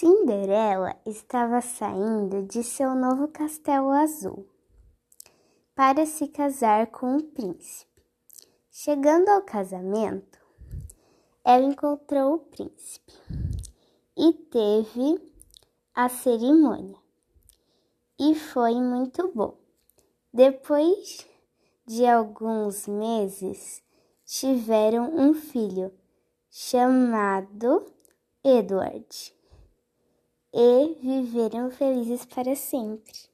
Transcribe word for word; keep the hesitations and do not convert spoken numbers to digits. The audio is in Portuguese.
Cinderela estava saindo de seu novo castelo azul para se casar com o príncipe. Chegando ao casamento, ela encontrou o príncipe e teve a cerimônia. E foi muito bom. Depois de alguns meses, tiveram um filho chamado Edward e viveram felizes para sempre.